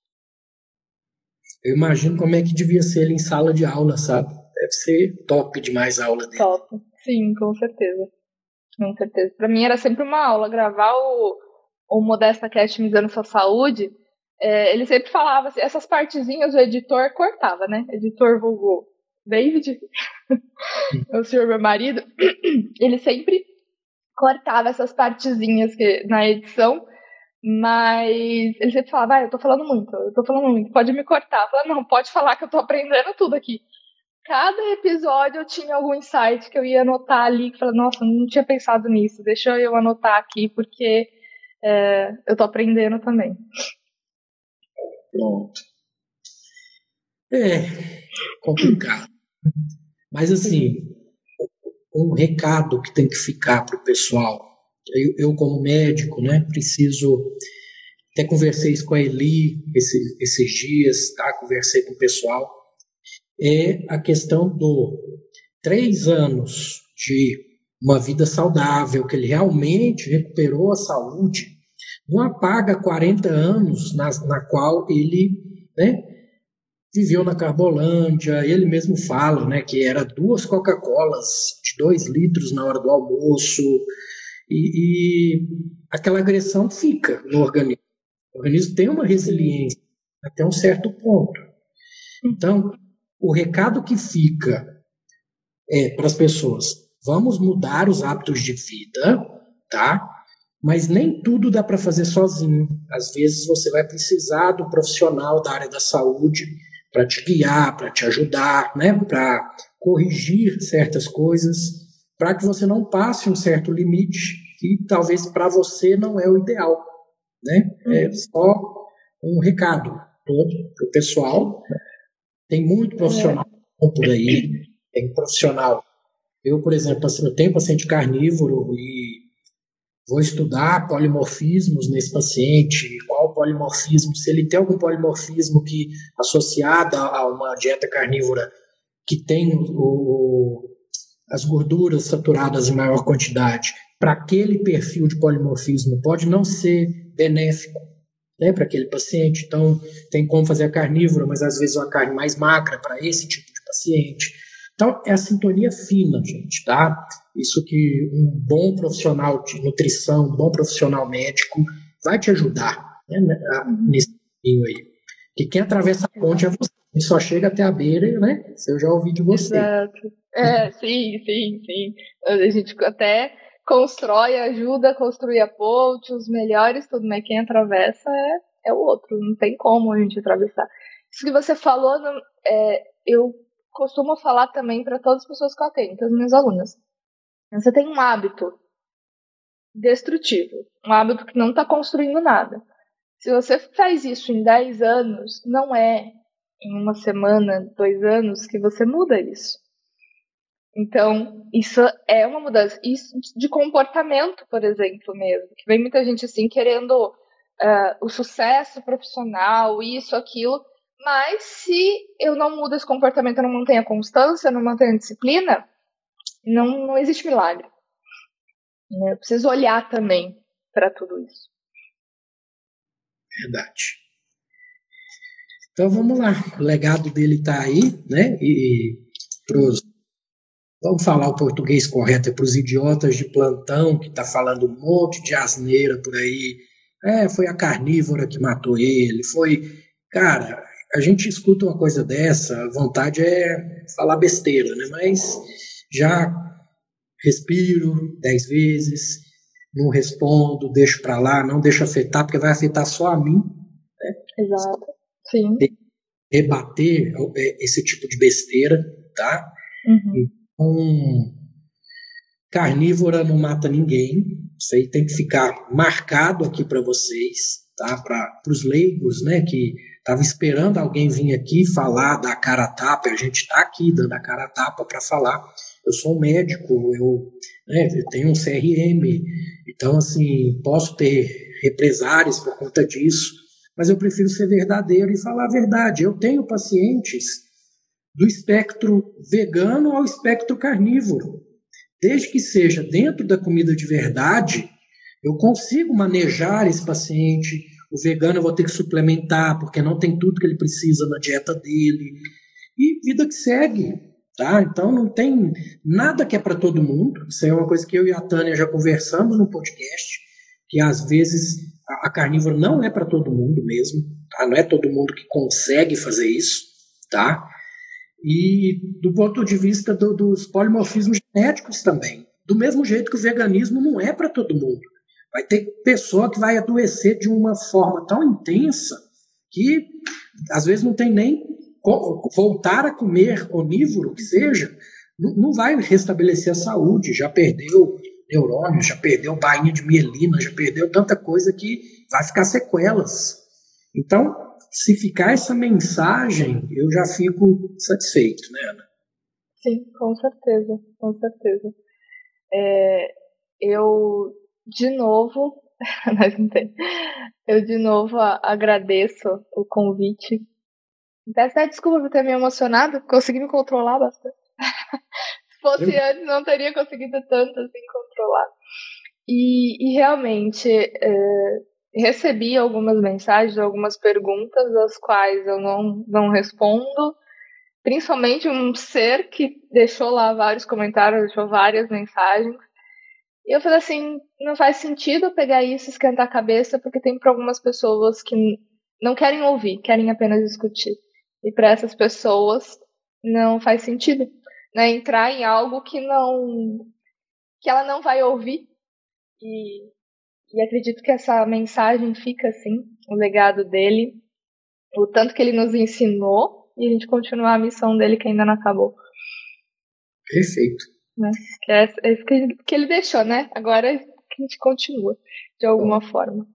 Eu imagino como é que devia ser ele em sala de aula, sabe? Deve ser top demais a aula dele. Top, sim, com certeza. Com certeza. Pra mim era sempre uma aula. Gravar o Modesta Cast Me Dando Sua Saúde, ele sempre falava assim, essas partezinhas o editor cortava, né? Editor vulgo David, o senhor meu marido, ele sempre cortava essas partezinhas na edição, mas ele sempre falava, eu tô falando muito, pode me cortar. Eu falava, não, pode falar que eu tô aprendendo tudo aqui. Cada episódio eu tinha algum insight que eu ia anotar ali, que falava, nossa, não tinha pensado nisso, deixa eu anotar aqui, porque eu tô aprendendo também. Pronto. É complicado. Mas, assim, um recado que tem que ficar para o pessoal, eu como médico, né, preciso, até conversei isso com a Eli esses dias, tá? Conversei com o pessoal, é a questão do 3 anos de uma vida saudável, que ele realmente recuperou a saúde, não apaga 40 anos na qual ele, né, viveu na Carbolândia. Ele mesmo fala, né, que era 2 Coca-Colas de 2 litros na hora do almoço, e aquela agressão fica no organismo. O organismo tem uma resiliência até um certo ponto. Então, o recado que fica para as pessoas: vamos mudar os hábitos de vida, tá? Mas nem tudo dá para fazer sozinho. Às vezes você vai precisar do profissional da área da saúde para te guiar, para te ajudar, né? Para corrigir certas coisas, para que você não passe um certo limite que talvez para você não é o ideal, né? É só um recado todo para o pessoal. Tem muito profissional por aí, tem profissional. Eu, por exemplo, eu tenho paciente carnívoro e vou estudar polimorfismos nesse paciente, qual polimorfismo, se ele tem algum polimorfismo que associado a uma dieta carnívora que tem as gorduras saturadas em maior quantidade, para aquele perfil de polimorfismo pode não ser benéfico, né, para aquele paciente. Então, tem como fazer a carnívora, mas às vezes uma carne mais magra para esse tipo de paciente. Então, é a sintonia fina, gente, tá? Isso que um bom profissional de nutrição, um bom profissional médico vai te ajudar, né, nesse caminho aí. Que quem atravessa a ponte é você. Quem só chega até a beira, né? Isso eu já ouvi de você. Exato. Sim. A gente até constrói, ajuda a construir a ponte, os melhores, tudo, mas quem atravessa é o outro. Não tem como a gente atravessar. Isso que você falou, eu costumo falar também para todas as pessoas que eu atendo, para as minhas alunas. Você tem um hábito destrutivo, um hábito que não está construindo nada. Se você faz isso em 10 anos, não é em uma semana, 2 anos, que você muda isso. Então, isso é uma mudança. Isso de comportamento, por exemplo, mesmo. Que vem muita gente assim querendo o sucesso profissional, isso, aquilo. Mas se eu não mudo esse comportamento, eu não mantenho a constância, não mantenho a disciplina, não existe milagre. Eu preciso olhar também para tudo isso. Verdade. Então vamos lá. O legado dele está aí, né? Vamos falar o português correto, para os idiotas de plantão que tá falando um monte de asneira por aí. Foi a carnívora que matou ele, Cara, a gente escuta uma coisa dessa, a vontade é falar besteira, né? Mas já respiro 10 vezes, não respondo, deixo para lá, não deixo afetar, porque vai afetar só a mim. Né? Exato, sim. Rebater esse tipo de besteira, tá? Então, carnívora não mata ninguém, isso aí tem que ficar marcado aqui para vocês, tá? Para os leigos, né, que estavam esperando alguém vir aqui falar da cara a tapa. A gente está aqui dando a cara a tapa para falar. Eu sou um médico, eu tenho um CRM, então, assim, posso ter represárias por conta disso, mas eu prefiro ser verdadeiro e falar a verdade. Eu tenho pacientes do espectro vegano ao espectro carnívoro. Desde que seja dentro da comida de verdade, eu consigo manejar esse paciente. O vegano eu vou ter que suplementar, porque não tem tudo que ele precisa na dieta dele. E vida que segue, tá? Então não tem nada que é para todo mundo. Isso é uma coisa que eu e a Tânia já conversamos no podcast, que às vezes a carnívora não é para todo mundo mesmo, tá? Não é todo mundo que consegue fazer isso, tá? E do ponto de vista dos polimorfismos genéticos também. Do mesmo jeito que o veganismo não é para todo mundo. Vai ter pessoa que vai adoecer de uma forma tão intensa que às vezes não tem nem voltar a comer onívoro, que seja, não vai restabelecer a saúde. Já perdeu neurônio, já perdeu bainha de mielina, já perdeu tanta coisa que vai ficar sequelas. Então, se ficar essa mensagem, eu já fico satisfeito, né, Ana? Sim, com certeza, com certeza. Eu, de novo, eu de novo agradeço o convite. Peço até desculpa por ter me emocionado, consegui me controlar bastante. Se fosse antes, não teria conseguido tanto assim controlar. E realmente, recebi algumas mensagens, algumas perguntas, as quais eu não respondo. Principalmente um ser que deixou lá vários comentários, deixou várias mensagens. E eu falei assim, não faz sentido pegar isso e esquentar a cabeça, porque tem para algumas pessoas que não querem ouvir, querem apenas discutir. E para essas pessoas não faz sentido, né, entrar em algo que ela não vai ouvir. E acredito que essa mensagem fica assim, o legado dele, o tanto que ele nos ensinou, e a gente continuar a missão dele que ainda não acabou. Perfeito. Né? Que é isso que ele deixou, né? Agora a gente continua, de alguma forma.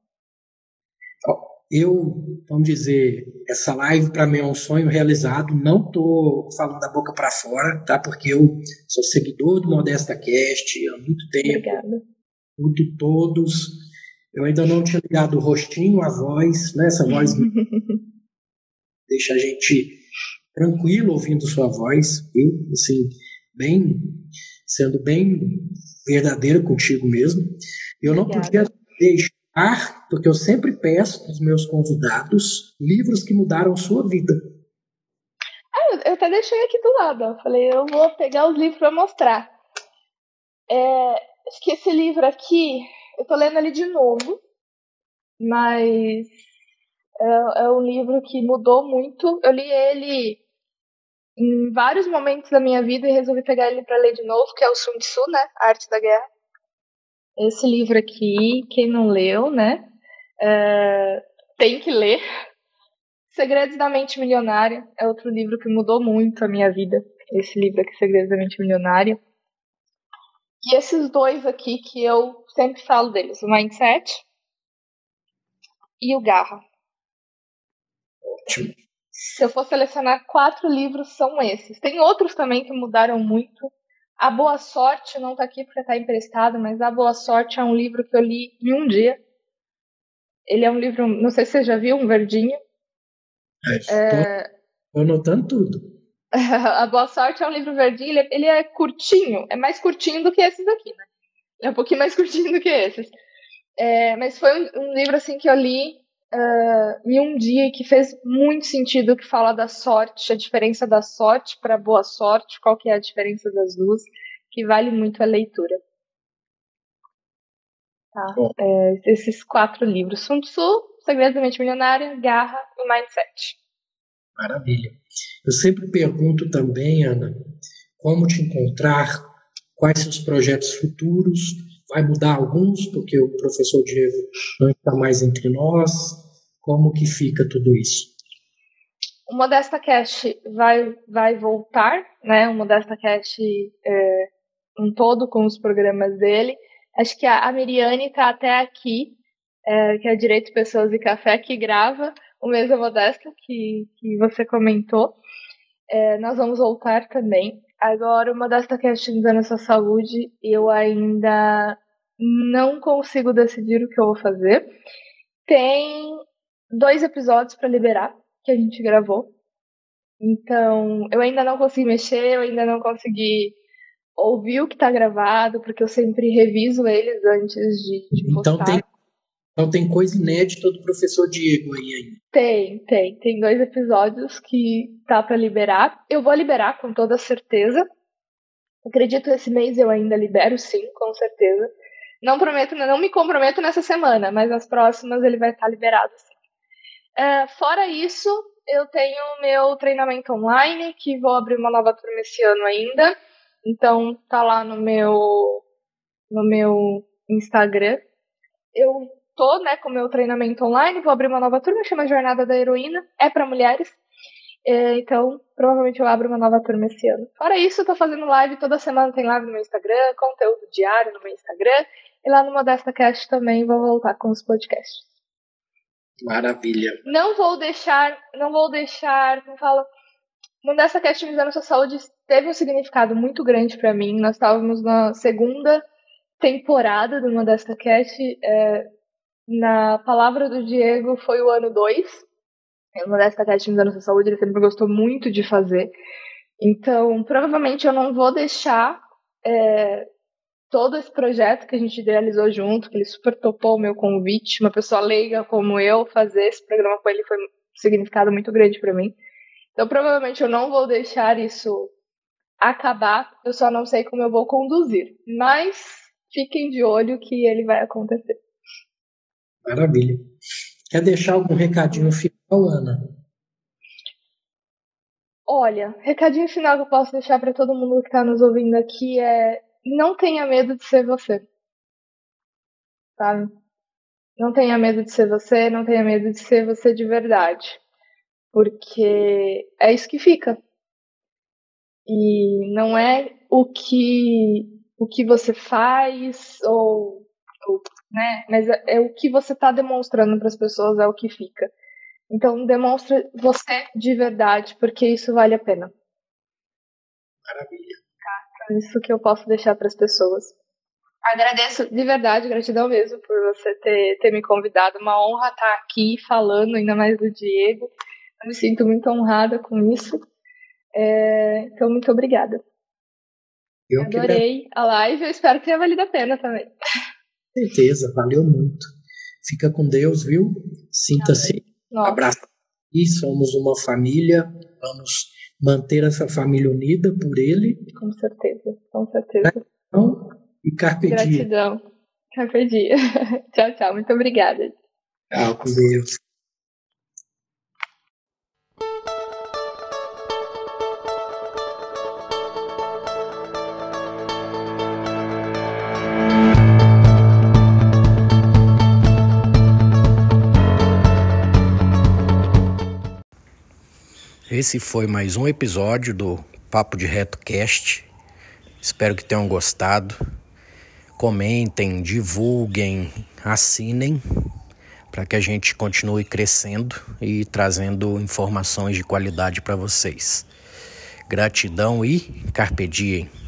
Vamos dizer, essa live para mim é um sonho realizado. Não estou falando da boca para fora, tá? Porque eu sou seguidor do Modesta Cast há muito tempo. Obrigada. Muito todos. Eu ainda não tinha ligado o rostinho, a voz, né? Essa voz deixa a gente tranquilo ouvindo sua voz, viu? Assim, sendo bem verdadeiro contigo mesmo. Eu não podia deixar, porque eu sempre peço para os meus convidados livros que mudaram sua vida. Eu até deixei aqui do lado. Eu falei, eu vou pegar os livros para mostrar. Acho que esse livro aqui, eu tô lendo ele de novo, mas é um livro que mudou muito. Eu li ele em vários momentos da minha vida e resolvi pegar ele para ler de novo, que é o Sun Tzu, né? A Arte da Guerra. Esse livro aqui, quem não leu, né? Tem que ler. Segredos da Mente Milionária é outro livro que mudou muito a minha vida. Esse livro aqui, Segredos da Mente Milionária. E esses dois aqui que eu sempre falo deles, o Mindset e o Garra. Ótimo. Se eu for selecionar 4 livros, são esses. Tem outros também que mudaram muito. A Boa Sorte não tá aqui porque tá emprestado, mas A Boa Sorte é um livro que eu li em um dia. Ele é um livro, não sei se você já viu, um verdinho. Tô anotando tudo. A Boa Sorte é um livro verdinho, ele é curtinho, é mais curtinho do que esses aqui, né? É um pouquinho mais curtinho do que esses. Mas foi um livro assim que eu li em um dia e que fez muito sentido, que fala da sorte, a diferença da sorte para boa sorte, qual que é a diferença das duas, que vale muito a leitura. Tá? Esses 4 livros, Sun Tzu, Segredos da Mente Milionária, Garra e Mindset. Maravilha. Eu sempre pergunto também, Ana, como te encontrar, quais seus projetos futuros, vai mudar alguns, porque o professor Diego não está mais entre nós, como que fica tudo isso? O Modesta Cast vai voltar, né? O Modesta Cast um todo com os programas dele. Acho que a Miriane está até aqui, que é Direito, Pessoas e Café, que grava o Mesa Modesta, que você comentou. Nós vamos voltar também. Agora, o Modesta Cast Usando a Sua Saúde, eu ainda não consigo decidir o que eu vou fazer. Tem 2 episódios para liberar, que a gente gravou. Então, eu ainda não consegui mexer, eu ainda não consegui ouvir o que está gravado, porque eu sempre reviso eles antes de postar. Então tem coisa inédita do professor Diego aí ainda. Tem 2 episódios que tá para liberar. Eu vou liberar com toda certeza. Acredito que esse mês eu ainda libero, sim, com certeza. Não prometo, não me comprometo nessa semana, mas nas próximas ele vai estar liberado, sim. Fora isso, eu tenho meu treinamento online, que vou abrir uma nova turma esse ano ainda. Então tá lá no meu Instagram. Eu tô, né, com o meu treinamento online, vou abrir uma nova turma, chama Jornada da Heroína, é para mulheres. Então, provavelmente eu abro uma nova turma esse ano. Fora isso, eu tô fazendo live, toda semana tem live no meu Instagram, conteúdo diário no meu Instagram, e lá no Modesta Cast também vou voltar com os podcasts. Maravilha. Não vou deixar, como fala, Modesta Cast Visando Sua Saúde teve um significado muito grande para mim. Nós estávamos na segunda temporada do Modesta Cast. Na palavra do Diego foi o ano 2. O Modesta Cast Visando Sua Saúde, ele sempre gostou muito de fazer. Então, provavelmente eu não vou deixar todo esse projeto que a gente idealizou junto, que ele super topou o meu convite, uma pessoa leiga como eu, fazer esse programa com ele foi um significado muito grande para mim. Então, provavelmente eu não vou deixar isso acabar, eu só não sei como eu vou conduzir. Mas fiquem de olho que ele vai acontecer. Maravilha. Quer deixar algum recadinho final, Ana? Olha, recadinho final que eu posso deixar para todo mundo que está nos ouvindo aqui é: não tenha medo de ser você. Sabe? Não tenha medo de ser você, não tenha medo de ser você de verdade. Porque é isso que fica. E não é o que você faz, né? Mas é o que você está demonstrando para as pessoas, é o que fica. Então, demonstre você de verdade, porque isso vale a pena. Maravilha. Tá? É isso que eu posso deixar para as pessoas. Agradeço de verdade, gratidão mesmo por você ter me convidado. Uma honra estar aqui falando, ainda mais do Diego. Eu me sinto muito honrada com isso. Então, muito obrigada. Eu adorei a live, eu espero que tenha valido a pena também. Com certeza, valeu muito. Fica com Deus, viu? Sinta-se. Abraço. E somos uma família. Vamos manter essa família unida por ele. Com certeza, com certeza. Gratidão e carpe diem. Gratidão. Carpe diem. Tchau, tchau. Muito obrigada. Tchau, com Deus. Esse foi mais um episódio do Papo de Reto Cast. Espero que tenham gostado. Comentem, divulguem, assinem para que a gente continue crescendo e trazendo informações de qualidade para vocês. Gratidão e carpe diem.